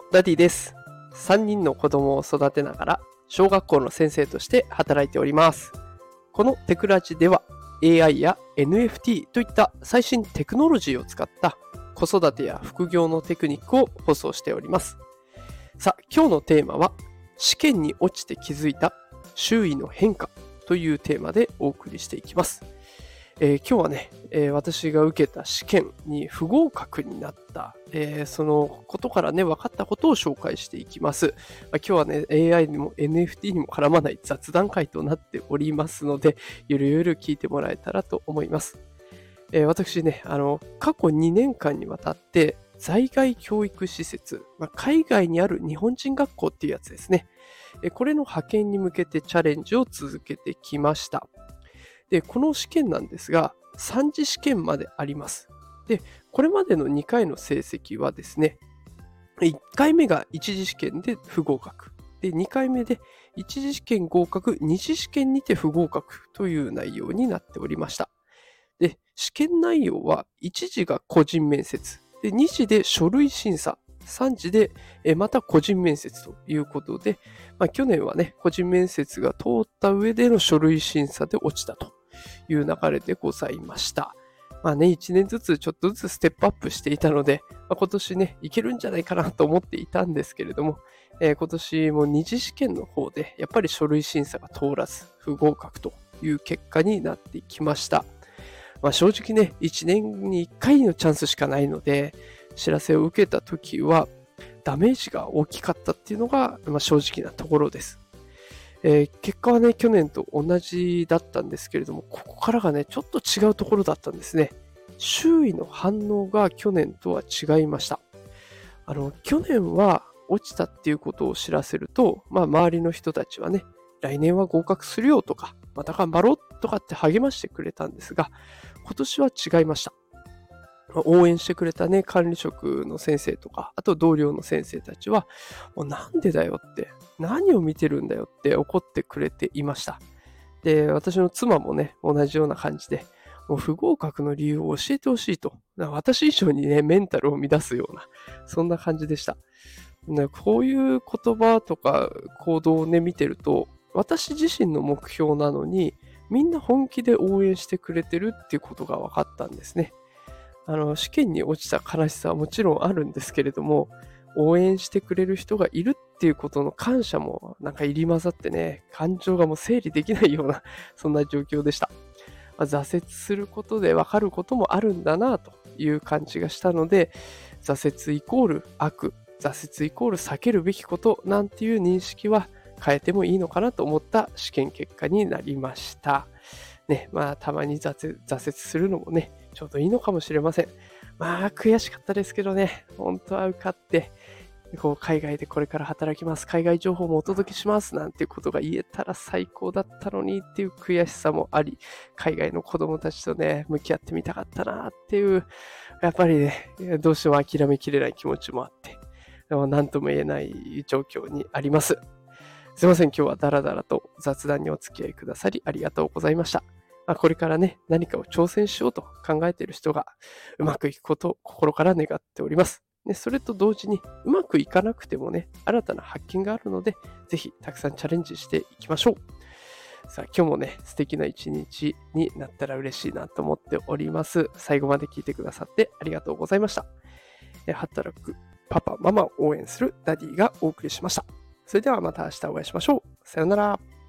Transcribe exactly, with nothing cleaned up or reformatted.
ダディです。さんにんの子供を育てながら小学校の先生として働いております。このテクラジでは エーアイ や エヌエフティー といった最新テクノロジーを使った子育てや副業のテクニックを放送しております。さあ、今日のテーマは試験に落ちて気づいた周囲の変化というテーマでお送りしていきます。えー、今日はね、えー、私が受けた試験に不合格になった、えー、そのことからね、分かったことを紹介していきます。まあ、今日はね、エーアイ にも エヌエフティー にも絡まない雑談会となっておりますので、ゆるゆる聞いてもらえたらと思います。えー、私ね、あの、過去にねんかんにわたって、在外教育施設、まあ、海外にある日本人学校っていうやつですね。えー、これの派遣に向けてチャレンジを続けてきました。で、この試験なんですが、さん次試験まであります。で、これまでのにかいの成績はですね、いっかいめがいち次試験で不合格。で、にかいめでいち次試験合格、に次試験にて不合格という内容になっておりました。で、試験内容はいち次が個人面接、でに次で書類審査、さん次でまた個人面接ということで、まあ、去年はね、個人面接が通った上での書類審査で落ちたという流れでございました。まあね、いちねんずつちょっとずつステップアップしていたので、まあ、今年ね、いけるんじゃないかなと思っていたんですけれども、えー、今年もに次試験の方で、やっぱり書類審査が通らず、不合格という結果になってきました。まあ、正直ね、いちねんにいっかいのチャンスしかないので、知らせを受けた時は、ダメージが大きかったっていうのが、まあ、正直なところです。えー、結果はね、去年と同じだったんですけれども、ここからがね、ちょっと違うところだったんですね。周囲の反応が去年とは違いました。あの、去年は落ちたっていうことを知らせると、まあ、周りの人たちはね、来年は合格するよとか、また頑張ろうとかって励ましてくれたんですが、今年は違いました。応援してくれたね、管理職の先生とか、あと同僚の先生たちは、もうなんでだよって、何を見てるんだよって怒ってくれていました。で、私の妻もね、同じような感じで、もう不合格の理由を教えてほしいと。私以上にね、メンタルを乱すような、そんな感じでした。ね、こういう言葉とか行動をね、見てると、私自身の目標なのに、みんな本気で応援してくれてるっていうことが分かったんですね。あの、試験に落ちた悲しさはもちろんあるんですけれども、応援してくれる人がいるっていうことの感謝もなんか入り混ざってね、感情がもう整理できないような、そんな状況でした。まあ、挫折することで分かることもあるんだなという感じがしたので、挫折イコール悪、挫折イコール避けるべきことなんていう認識は変えてもいいのかなと思った試験結果になりました。ね、まあたまに 挫, 挫折するのもね、ちょうどいいのかもしれません。まあ悔しかったですけどね、本当は受かって、こう海外でこれから働きます、海外情報もお届けしますなんていうことが言えたら最高だったのにっていう悔しさもあり、海外の子供たちとね、向き合ってみたかったなっていう、やっぱりね、どうしても諦めきれない気持ちもあって、でも何とも言えない状況にあります。すいません、今日はダラダラと雑談にお付き合いくださりありがとうございました。まあ、これからね、何かを挑戦しようと考えている人がうまくいくことを心から願っております。でそれと同時にうまくいかなくてもね、新たな発見があるので、ぜひたくさんチャレンジしていきましょう。さあ、今日もね、素敵な一日になったら嬉しいなと思っております。最後まで聞いてくださってありがとうございました。働くパパ、ママを応援するダディがお送りしました。それではまた明日お会いしましょう。さよなら。